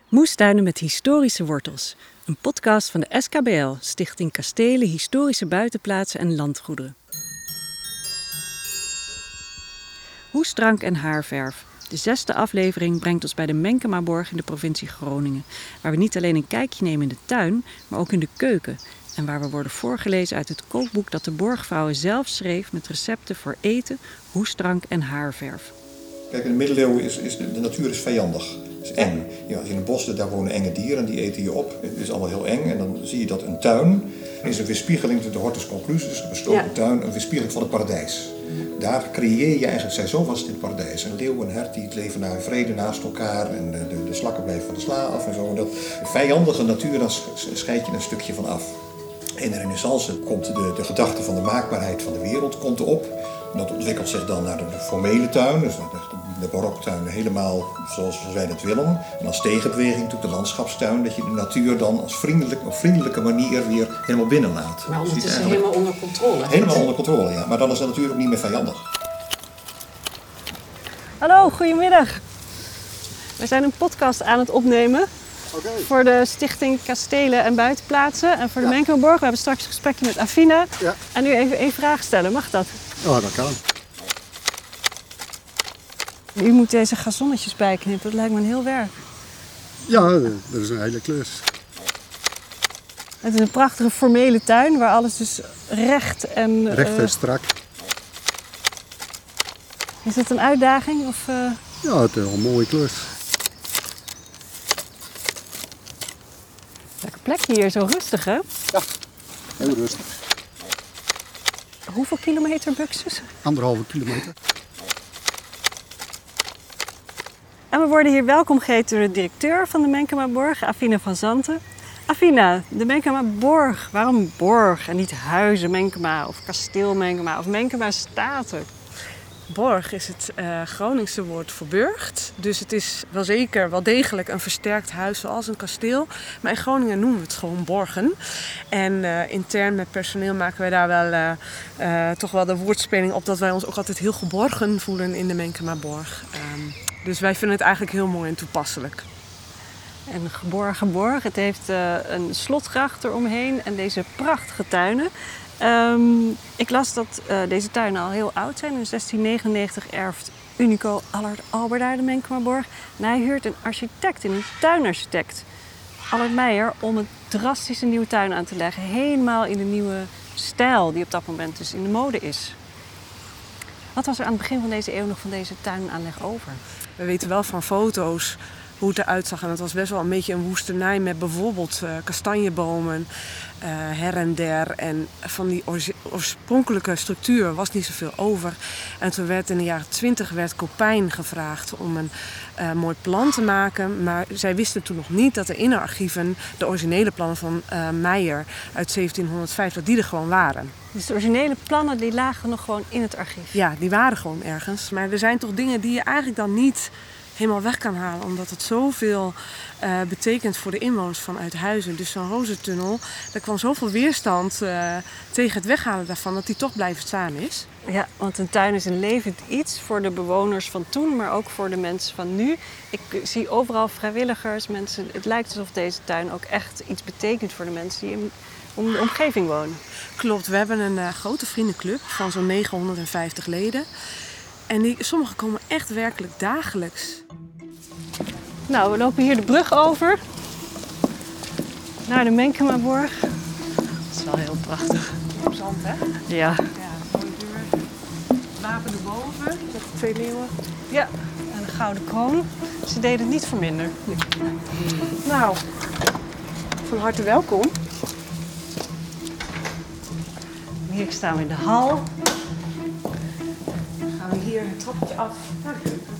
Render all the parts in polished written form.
Moestuinen met historische wortels. Een podcast van de SKBL, Stichting Kastelen, Historische Buitenplaatsen en Landgoederen. Hoestdrank en haarverf. De 6e aflevering brengt ons bij de Menkemaborg in de provincie Groningen. Waar we niet alleen een kijkje nemen in de tuin, maar ook in de keuken. En waar we worden voorgelezen uit het kookboek dat de borgvrouwen zelf schreef met recepten voor eten, hoestdrank en haarverf. Kijk, in de middeleeuwen is de natuur is vijandig. Het is eng. Ja, als je in een bos zit, daar wonen enge dieren en die eten je op. Het is allemaal heel eng. En dan zie je dat een tuin is een weerspiegeling, de hortus conclusus, de besloten tuin, een weerspiegeling van het paradijs. Daar creëer je eigenlijk, zo was het in het paradijs. Een leeuw en een hert die het leven naar vrede naast elkaar en de slakken blijven van de sla af en zo. En dat vijandige natuur, daar scheid je een stukje van af. In de Renaissance komt de gedachte van de maakbaarheid van de wereld komt op. En dat ontwikkelt zich dan naar de formele tuin, dus de baroktuin helemaal zoals wij dat willen. En als tegenbeweging natuurlijk de landschapstuin, dat je de natuur dan op vriendelijke manier weer helemaal binnenlaat. Maar ondertussen helemaal onder controle. Helemaal onder controle, ja. Maar dan is de natuur ook niet meer vijandig. Hallo, goedemiddag. We zijn een podcast aan het opnemen. Voor de Stichting Kastelen en Buitenplaatsen en voor de Menkemaborg. We hebben straks een gesprekje met Afina. Ja. En nu even één vraag stellen. Mag dat? Ja, dat kan. U moet deze gazonnetjes bijknippen. Dat lijkt me een heel werk. Ja, dat is een hele klus. Het is een prachtige formele tuin waar alles dus recht en... Recht en strak. Is het een uitdaging? Of, Ja, het is een mooie klus. Lekker plekje hier, zo rustig hè? Ja, heel rustig. Hoeveel kilometer Buxus? 1,5 kilometer. En we worden hier welkom geheten door de directeur van de Menkemaborg, Afina van Zanten. Afina, de Menkemaborg. Waarom borg en niet huizen Menkema of kasteel Menkema of Menkema Staten? Borg is het Groningse woord voor burcht. Dus het is wel degelijk een versterkt huis zoals een kasteel. Maar in Groningen noemen we het gewoon borgen. En intern met personeel maken wij daar wel toch wel de woordspeling op dat wij ons ook altijd heel geborgen voelen in de Menkemaborg. Dus wij vinden het eigenlijk heel mooi en toepasselijk. En geborgen borg, het heeft een slotgracht eromheen en deze prachtige tuinen. Ik las dat deze tuinen al heel oud zijn. In 1699 erft Unico Allard Alberda de Menkemaborg. En hij huurt een architect, een tuinarchitect, Allard Meijer, om een drastische nieuwe tuin aan te leggen. Helemaal in de nieuwe stijl die op dat moment dus in de mode is. Wat was er aan het begin van deze eeuw nog van deze tuinaanleg over? We weten wel van foto's hoe het eruit zag. En het was best wel een beetje een woestenij met bijvoorbeeld kastanjebomen her en der. En van die oorspronkelijke structuur was niet zoveel over. En toen werd in de jaren 20 Copijn gevraagd om een mooi plan te maken. Maar zij wisten toen nog niet dat er in de archieven de originele plannen van Meijer uit 1705, dat die er gewoon waren. Dus de originele plannen die lagen nog gewoon in het archief? Ja, die waren gewoon ergens. Maar er zijn toch dingen die je eigenlijk dan niet helemaal weg kan halen, omdat het zoveel betekent voor de inwoners van Uithuizen. Dus zo'n Rozentunnel, daar kwam zoveel weerstand tegen het weghalen daarvan, dat die toch blijven staan is. Ja, want een tuin is een levend iets voor de bewoners van toen, maar ook voor de mensen van nu. Ik zie overal vrijwilligers, mensen. Het lijkt alsof deze tuin ook echt iets betekent voor de mensen die in de omgeving wonen. Klopt, we hebben een grote vriendenclub van zo'n 950 leden. En sommigen komen echt werkelijk dagelijks. Nou, we lopen hier de brug over naar de Menkemaborg. Dat is wel heel prachtig. Op zand, hè? Ja. Mooie deur. Wapen erboven, met de 2 leeuwen. Ja, en de gouden kroon. Ze deden het niet voor minder. Nou, van harte welkom. Hier staan we in de hal. Dan gaan we hier het trappetje af naar de keuken.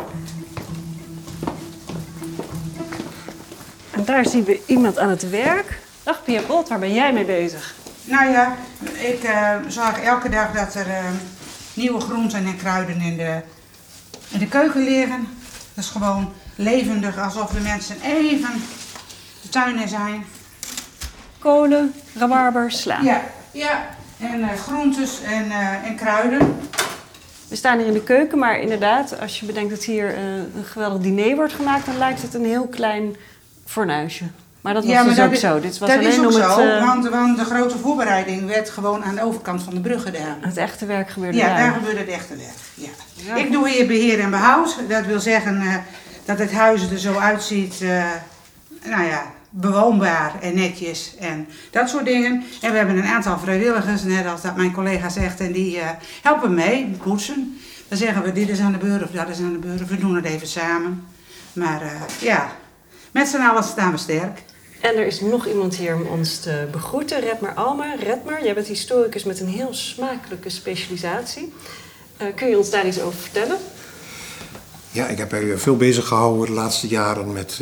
En daar zien we iemand aan het werk. Dag Pia Bolt, waar ben jij mee bezig? Nou ja, ik zorg elke dag dat er nieuwe groenten en kruiden in de keuken liggen. Dat is gewoon levendig, alsof de mensen even de tuin in zijn. Kolen, rabarber, sla. Ja. En groentes en kruiden. We staan hier in de keuken, maar inderdaad, als je bedenkt dat hier een geweldig diner wordt gemaakt, dan lijkt het een heel klein fornuisje. Maar dat was Ja, maar dus dat ook is- zo. Dit was dat alleen is ook om zo, het, want de grote voorbereiding werd gewoon aan de overkant van de brug gedaan. het echte werk gebeurde Ja, daar. daar gebeurde het echte werk. Ja. Ja. Ik doe hier beheer en behoud. Dat wil zeggen dat het huis er zo uitziet, bewoonbaar en netjes en dat soort dingen. En we hebben een aantal vrijwilligers, net als dat mijn collega zegt, en die helpen mee, poetsen. Dan zeggen we, dit is aan de beurt of dat is aan de beurt. We doen het even samen. Maar met z'n allen staan we sterk. En er is nog iemand hier om ons te begroeten. Redmer Alma. Redmer, jij bent historicus met een heel smakelijke specialisatie. Kun je ons daar iets over vertellen? Ja, ik heb mij veel bezig gehouden de laatste jaren met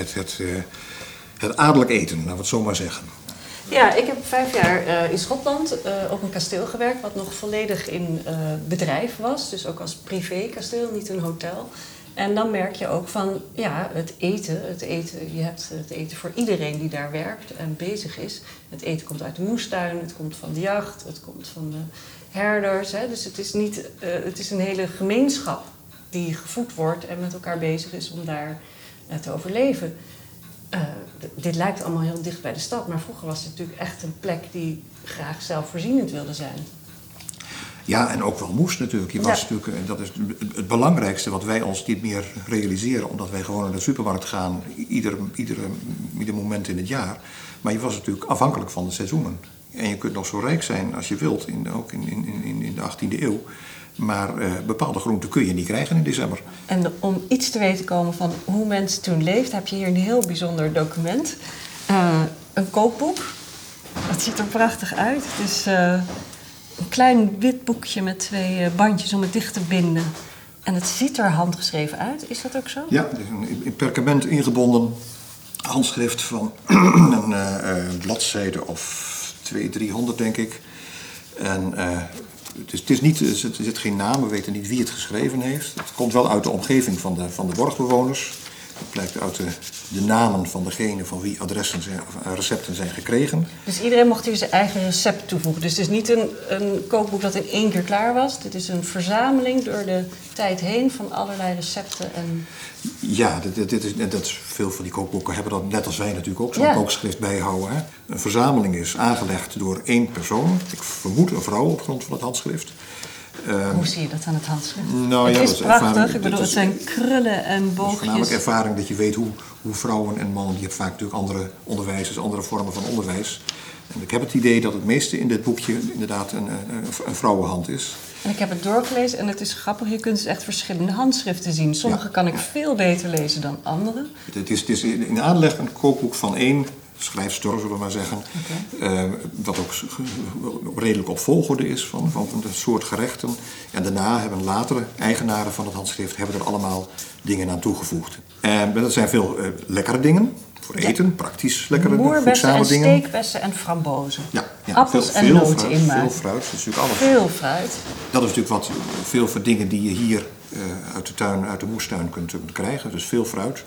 het adellijk eten, laten we het zo maar zeggen. Ja, ik heb 5 jaar in Schotland op een kasteel gewerkt, wat nog volledig in bedrijf was. Dus ook als privékasteel, niet een hotel. En dan merk je ook van, ja, het eten, je hebt het eten voor iedereen die daar werkt en bezig is. Het eten komt uit de moestuin, het komt van de jacht, het komt van de herders. Hè. Dus het is een hele gemeenschap die gevoed wordt en met elkaar bezig is om daar te overleven. Dit lijkt allemaal heel dicht bij de stad, maar vroeger was het natuurlijk echt een plek die graag zelfvoorzienend wilde zijn. Ja, en ook wel moest natuurlijk. Je was natuurlijk, en dat is het belangrijkste wat wij ons niet meer realiseren, omdat wij gewoon naar de supermarkt gaan, ieder moment in het jaar. Maar je was natuurlijk afhankelijk van de seizoenen. En je kunt nog zo rijk zijn als je wilt, ook in de 18e eeuw. Maar bepaalde groenten kun je niet krijgen in december. En om iets te weten komen van hoe mensen toen leefden, heb je hier een heel bijzonder document. Een kookboek. Dat ziet er prachtig uit. Het is een klein wit boekje met 2 bandjes om het dicht te binden. En het ziet er handgeschreven uit. Is dat ook zo? Ja, het is een in perkament ingebonden handschrift van een bladzijde of 200-300 denk ik. En het is niet, er zit geen naam, we weten niet wie het geschreven heeft. Het komt wel uit de omgeving van de borgbewoners. Het blijkt uit de namen van degene van wie recepten zijn gekregen. Dus iedereen mocht hier zijn eigen recept toevoegen. Dus het is niet een kookboek dat in 1 keer klaar was. Dit is een verzameling door de tijd heen van allerlei recepten. En... Ja, veel van die kookboeken hebben dat, net als wij natuurlijk ook, zo'n kookschrift bijhouden. Hè. Een verzameling is aangelegd door 1 persoon. Ik vermoed een vrouw op grond van het handschrift. Hoe zie je dat aan het handschrift? Nou, het ja, is dat is prachtig. ervaring. Ik bedoel, het zijn krullen en boogjes. Voornamelijk ervaring dat je weet hoe vrouwen en mannen, die hebben vaak natuurlijk andere onderwijzers, andere vormen van onderwijs. En ik heb het idee dat het meeste in dit boekje inderdaad een vrouwenhand is. En ik heb het doorgelezen en het is grappig, je kunt dus echt verschillende handschriften zien. Sommige kan ik veel beter lezen dan andere. Het is in aanleg een kookboek van 1 schrijfster, zullen we maar zeggen. Wat ook redelijk op volgorde is van de soort gerechten. En daarna hebben latere eigenaren van het handschrift hebben er allemaal dingen aan toegevoegd. En dat zijn veel lekkere dingen. Voor eten, praktisch lekkere, voedzame dingen. En steekbessen en frambozen. Ja, Appels en noten in Veel fruit, dat is natuurlijk alles. Veel fruit. Dat is natuurlijk veel voor dingen die je hier uit de tuin, uit de moestuin kunt krijgen. Dus veel fruit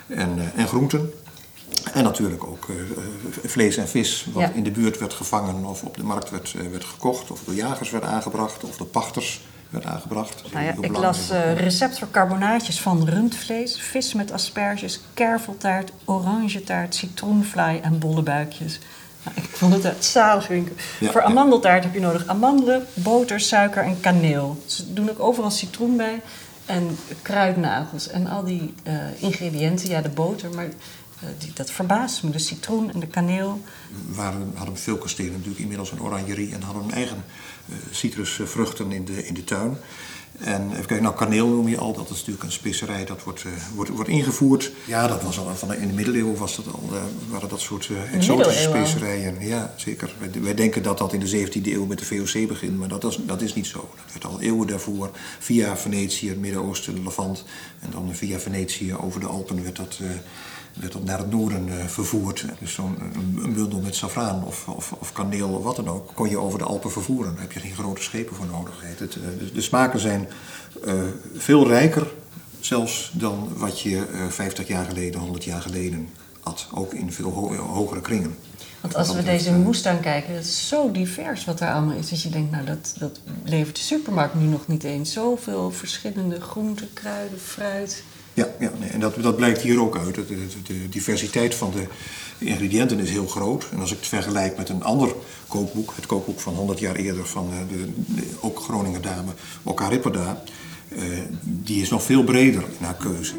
en groenten. En natuurlijk ook vlees en vis, wat in de buurt werd gevangen of op de markt werd gekocht, of door jagers werd aangebracht, of door pachters werd aangebracht. Nou ja, ik las recept voor carbonaatjes van rundvlees, vis met asperges, kerveltaart, orangetaart, citroenvlaai en bollebuikjes. Nou, ik vond het zalig. Voor amandeltaart heb je nodig amandelen, boter, suiker en kaneel. Ze doen ook overal citroen bij en kruidnagels en al die ingrediënten. Ja, de boter, maar... dat verbaast me, de citroen en de kaneel. We hadden veel kastelen natuurlijk inmiddels een oranjerie en hadden hun eigen citrusvruchten in de tuin. En even kijken, nou kaneel noem je al, dat is natuurlijk een specerij dat wordt ingevoerd. Ja, dat was al in de middeleeuwen waren dat soort exotische specerijen. Ja, zeker. Wij denken dat in de 17e eeuw met de VOC begint, maar dat is niet zo. Dat werd al eeuwen daarvoor via Venetië, het Midden-Oosten, Levant en dan via Venetië over de Alpen werd dat naar het noorden vervoerd. Dus zo'n bundel met saffraan of kaneel of wat dan ook kon je over de Alpen vervoeren. Daar heb je geen grote schepen voor nodig. De smaken zijn veel rijker zelfs dan wat je 50 jaar geleden, 100 jaar geleden had. Ook in veel hogere kringen. Want als we deze moestuin kijken, het is zo divers wat er allemaal is. Dat je denkt, nou dat levert de supermarkt nu nog niet eens. Zoveel verschillende groenten, kruiden, fruit. Ja, nee, en dat blijkt hier ook uit. De diversiteit van de ingrediënten is heel groot. En als ik het vergelijk met een ander kookboek, het kookboek van 100 jaar eerder van ook Groninger dame, Okka Ripperda, die is nog veel breder in haar keuze.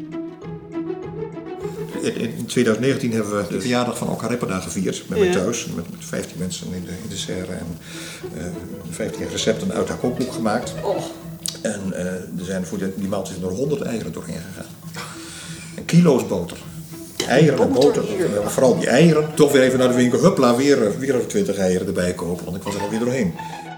In 2019 hebben we de verjaardag van Okka Ripperda gevierd bij mij thuis. Met 15 mensen in de serre en 15 recepten uit haar kookboek gemaakt. En er zijn voor die maaltijd er 100 eieren doorheen gegaan. En kilo's boter. Eieren en boter. Vooral die eieren. Toch weer even naar de winkel. Hupla, weer 20 eieren erbij kopen. Want ik was er alweer doorheen.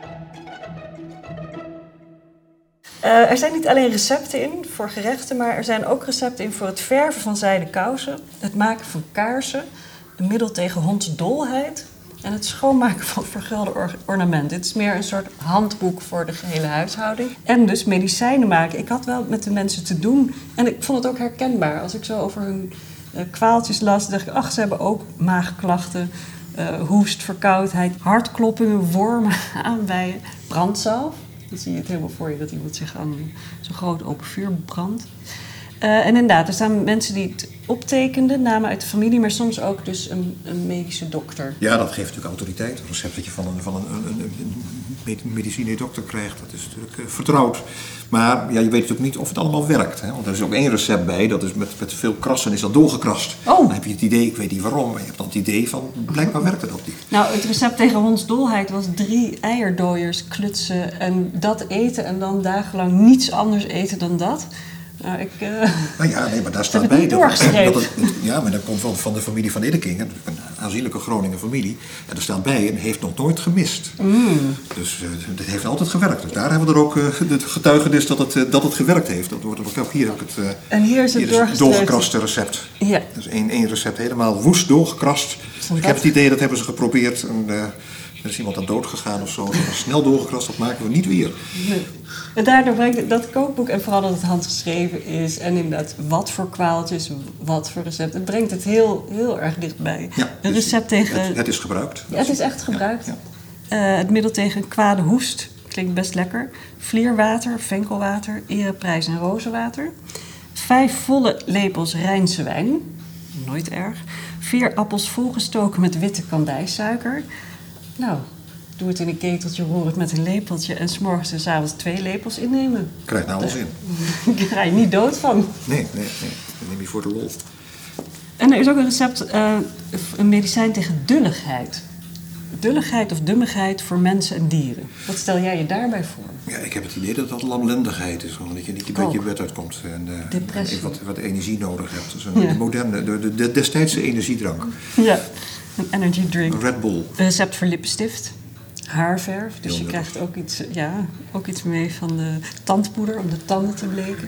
Er zijn niet alleen recepten in voor gerechten, maar er zijn ook recepten in voor het verven van zijden kousen, het maken van kaarsen, een middel tegen hondsdolheid en het schoonmaken van vergulde ornamenten. Dit is meer een soort handboek voor de gehele huishouding. En dus medicijnen maken. Ik had wel met de mensen te doen en ik vond het ook herkenbaar. Als ik zo over hun kwaaltjes las, dacht ik, ach, ze hebben ook maagklachten, hoest, verkoudheid, hartkloppingen, wormen, aanbijen, brandzalf. Dan zie je het helemaal voor je dat iemand zich aan zo'n groot open vuur brandt. En inderdaad, er staan mensen die het optekenden, namen uit de familie, maar soms ook dus een medische dokter. Ja, dat geeft natuurlijk autoriteit. Een recept dat je van een medicijne-dokter krijgt, dat is natuurlijk vertrouwd. Maar ja, je weet natuurlijk niet of het allemaal werkt. Hè? Want er is ook één recept bij, dat is met veel krassen is dat doorgekrast. Dan heb je het idee, ik weet niet waarom, maar je hebt dan het idee van, blijkbaar werkt het ook niet. Nou, het recept tegen hondsdolheid was 3 eierdooiers klutsen en dat eten en dan dagenlang niets anders eten dan dat. Nou ja, nee, maar daar staat bij maar dat komt van de familie van Iddeking, een aanzienlijke Groninger familie. En er staat bij, en heeft nog nooit gemist. Dus het heeft altijd gewerkt. Dus daar hebben we er ook het getuigenis dat het gewerkt heeft. Dat wordt ook hier heb ik het. En hier is het doorgekraste recept. Ja. Dus één recept helemaal woest doorgekrast. Dus ik heb het idee dat hebben ze geprobeerd. En, er is iemand aan dood gegaan of zo. Dat was snel doorgekrast, dat maken we niet weer. Nee. En daardoor brengt dat kookboek, en vooral dat het handgeschreven is, en inderdaad wat voor kwaaltjes, wat voor recept, het brengt het heel, heel erg dichtbij. Ja, een recept tegen. Het is gebruikt. Ja, het is echt gebruikt. Ja. Het middel tegen een kwade hoest, klinkt best lekker. Vlierwater, venkelwater, ereprijs en rozenwater. 5 volle lepels Rijnse wijn, nooit erg. 4 appels volgestoken met witte kandijsuiker. Nou, doe het in een keteltje, roer het met een lepeltje en 's morgens en 's avonds 2 lepels innemen. Krijg nou alles in. Daar ga je niet dood van. Nee. Dat neem je voor de lol. En er is ook een recept, een medicijn tegen dulligheid. Dulligheid of dummigheid voor mensen en dieren. Wat stel jij je daarbij voor? Ja, ik heb het idee dat dat lamlendigheid is. Dat je niet een beetje je bed uitkomt en wat energie nodig hebt. Dus de moderne, de destijdse energiedrank. Ja, een energy drink. Een Red Bull. Een recept voor lippenstift. Haarverf. Dus je krijgt ook iets mee van de tandpoeder om de tanden te bleken.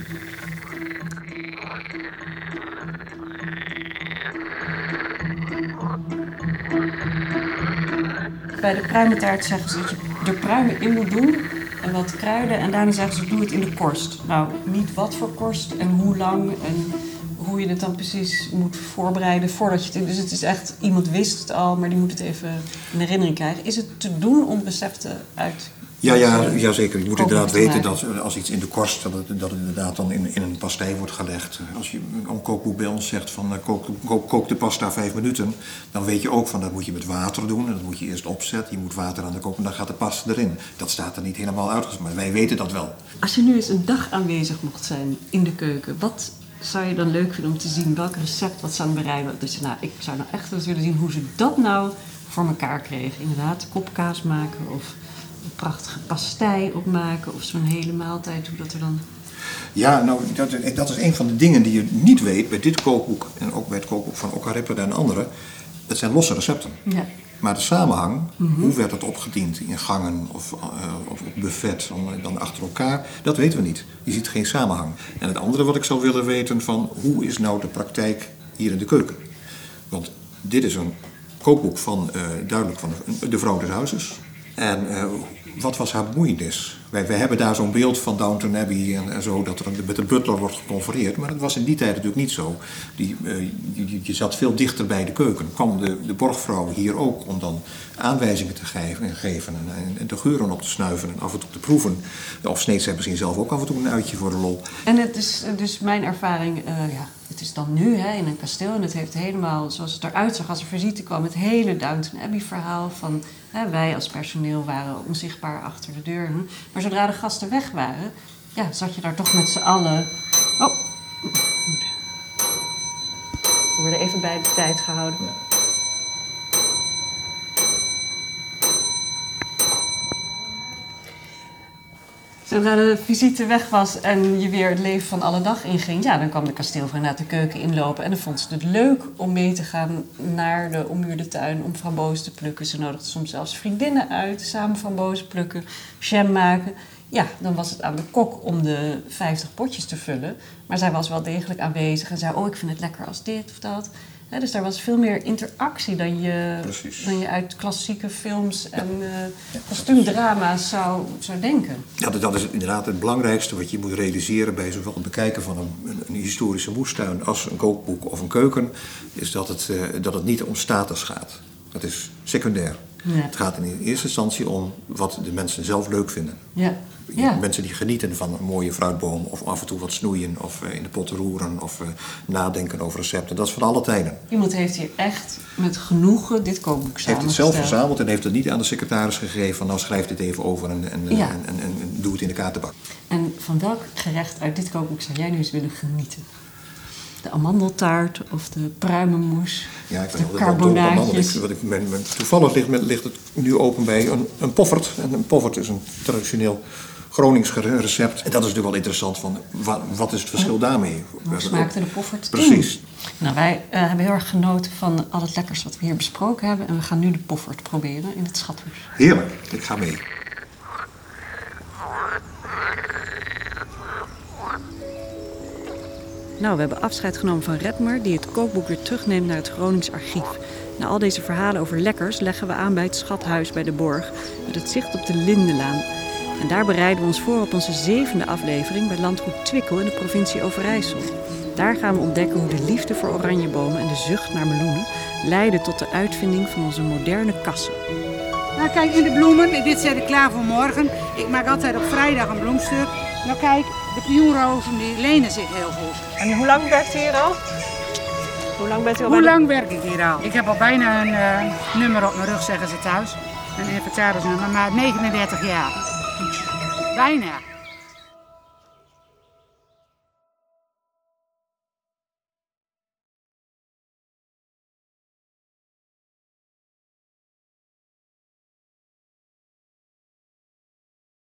Bij de pruimentaart zeggen ze dat je er pruimen in moet doen en wat kruiden. En daarna zeggen ze, doe het in de korst. Nou, niet wat voor korst en hoe lang en hoe je het dan precies moet voorbereiden voordat je het... Dus het is echt, iemand wist het al, maar die moet het even in herinnering krijgen. Is het te doen om recepten uit... Ja, zeker. Je moet inderdaad weten dat als iets in de korst, dat het inderdaad dan in een pastei wordt gelegd. Als je een kookboek bij ons zegt van kook de pasta 5 minuten, dan weet je ook van dat moet je met water doen. En dat moet je eerst opzetten. Je moet water aan de kook en dan gaat de pasta erin. Dat staat er niet helemaal uitgezet, maar wij weten dat wel. Als je nu eens een dag aanwezig mocht zijn in de keuken, wat zou je dan leuk vinden om te zien? Welk recept wat ze aan het bereiden? Dus ik zou nou echt eens willen zien hoe ze dat nou voor elkaar kregen. Inderdaad, kopkaas maken of een prachtige pastei opmaken of zo'n hele maaltijd, hoe dat er dan... Ja, nou, dat is een van de dingen die je niet weet bij dit kookboek en ook bij het kookboek van Okka Ripperda en anderen. Het zijn losse recepten. Ja. Maar de samenhang, hoe werd het opgediend in gangen of op buffet, dan achter elkaar, dat weten we niet. Je ziet geen samenhang. En het andere wat ik zou willen weten van hoe is nou de praktijk hier in de keuken? Want dit is een kookboek van duidelijk van de vrouw des huizes. En wat was haar bemoeienis? Wij hebben daar zo'n beeld van Downton Abbey en zo, dat er met een butler wordt geconfereerd. Maar dat was in die tijd natuurlijk niet zo. Je zat veel dichter bij de keuken. Kwam de borgvrouw hier ook om dan aanwijzingen te geven en de geuren op te snuiven en af en toe te proeven. Of sneed zij misschien zelf ook af en toe een uitje voor de lol. En het is dus mijn ervaring, het is dan nu in een kasteel en het heeft helemaal, zoals het eruit zag als er visite kwam, het hele Downton Abbey verhaal van wij als personeel waren onzichtbaar achter de deur. Maar zodra de gasten weg waren, zat je daar toch met z'n allen. Oh, we worden even bij de tijd gehouden. Ja. Zodra de visite weg was en je weer het leven van alle dag inging, dan kwam de kasteelvrouw naar de keuken inlopen. En dan vond ze het leuk om mee te gaan naar de ommuurde tuin om frambozen te plukken. Ze nodigde soms zelfs vriendinnen uit, samen frambozen plukken, jam maken. Ja, dan was het aan de kok om de 50 potjes te vullen. Maar zij was wel degelijk aanwezig en zei, ik vind het lekker als dit of dat. Dus daar was veel meer interactie dan je uit klassieke films en kostuumdrama's zou denken. Ja, dat is inderdaad het belangrijkste wat je moet realiseren bij zowel het bekijken van een historische moestuin als een kookboek of een keuken, is dat het niet om status gaat. Dat is secundair. Ja. Het gaat in eerste instantie om wat de mensen zelf leuk vinden. Ja. Mensen die genieten van een mooie fruitboom of af en toe wat snoeien of in de pot roeren of nadenken over recepten. Dat is van alle tijden. Iemand heeft hier echt met genoegen dit kookboek samengesteld. Hij heeft het zelf verzameld en heeft het niet aan de secretaris gegeven van nou schrijf dit even over en doe het in de kaartenbak. En van welk gerecht uit dit kookboek zou jij nu eens willen genieten? De amandeltaart of de pruimenmoes, de carbonaatjes. Toevallig ligt het nu open bij een poffert. En een poffert is een traditioneel Gronings recept. En dat is natuurlijk wel interessant van wat is het verschil daarmee? Hoe smaakte de poffert? Precies. Nou, wij hebben heel erg genoten van al het lekkers wat we hier besproken hebben. En we gaan nu de poffert proberen in het Schathuis. Heerlijk, ik ga mee. Nou, we hebben afscheid genomen van Redmer, die het kookboek weer terugneemt naar het Gronings archief. Na al deze verhalen over lekkers leggen we aan bij het Schathuis bij de Borg, met het zicht op de Lindenlaan. En daar bereiden we ons voor op onze 7e aflevering bij landgoed Twickel in de provincie Overijssel. Daar gaan we ontdekken hoe de liefde voor oranjebomen en de zucht naar meloenen leiden tot de uitvinding van onze moderne kassen. Nou kijk, in de bloemen, dit zet ik klaar voor morgen. Ik maak altijd op vrijdag een bloemstuk. Nou kijk, de pioenrozen die lenen zich heel goed. En hoe lang werkt u hier al? Hoe lang werk ik hier al? Ik heb al bijna een nummer op mijn rug, zeggen ze thuis. Een inventarisnummer, maar 39 jaar. Bijna.